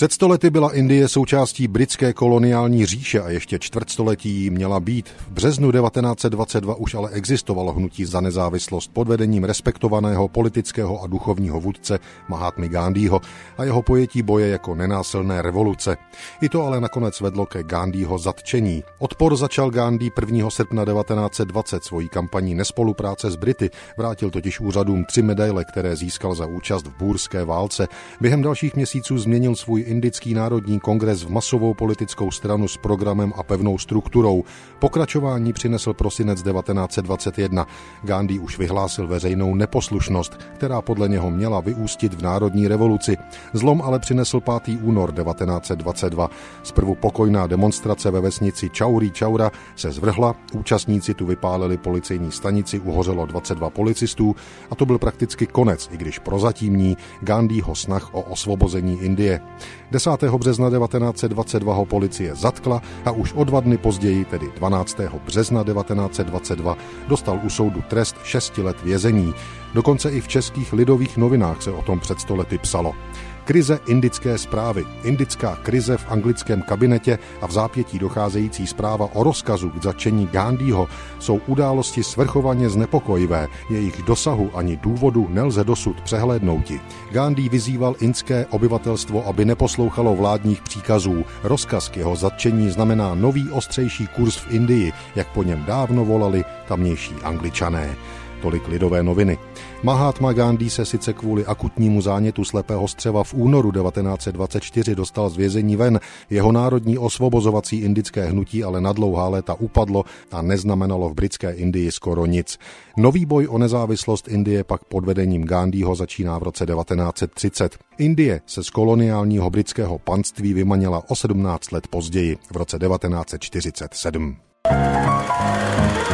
Před 100 lety byla Indie součástí britské koloniální říše a ještě čtvrtstoletí jí měla být. V březnu 1922 už ale existovalo hnutí za nezávislost pod vedením respektovaného politického a duchovního vůdce Mahátmy Gandhiho a jeho pojetí boje jako nenásilné revoluce. I to ale nakonec vedlo ke Gandhiho zatčení. Odpor začal Gandhi 1. srpna 1920 svojí kampaní nespolupráce s Brity. Vrátil totiž úřadům 3 medaile, které získal za účast v bůrské válce. Během dalších měsíců změnil svůj Indický národní kongres v masovou politickou stranu s programem a pevnou strukturou. Pokračování přinesl prosinec 1921. Gandhi už vyhlásil veřejnou neposlušnost, která podle něho měla vyústit v národní revoluci. Zlom ale přinesl 5. únor 1922. Zprvu pokojná demonstrace ve vesnici Chauri Chaura se zvrhla, účastníci tu vypálili policejní stanici, uhořelo 22 policistů a to byl prakticky konec, i když prozatímní, Gandhiho snah o osvobození Indie. 10. března 1922 ho policie zatkla a už o 2 dny později, tedy 12. března 1922, dostal u soudu trest 6 let vězení. Dokonce i v českých Lidových novinách se o tom před 100 lety psalo. Krize indické správy, indická krize v anglickém kabinetě a v zápětí docházející zpráva o rozkazu k zatčení Gandhiho jsou události svrchovaně znepokojivé, jejich dosahu ani důvodu nelze dosud přehlédnouti. Gandhi vyzýval indské obyvatelstvo, aby neposlouchalo vládních příkazů. Rozkaz k jeho zatčení znamená nový ostřejší kurz v Indii, jak po něm dávno volali tamnější Angličané. Tolik Lidové noviny. Mahátma Gandhi se sice kvůli akutnímu zánětu slepého střeva v únoru 1924 dostal z vězení ven, jeho národní osvobozovací indické hnutí ale na dlouhá léta upadlo a neznamenalo v britské Indii skoro nic. Nový boj o nezávislost Indie pak pod vedením Gandhiho začíná v roce 1930. Indie se z koloniálního britského panství vymanila o 17 let později, v roce 1947.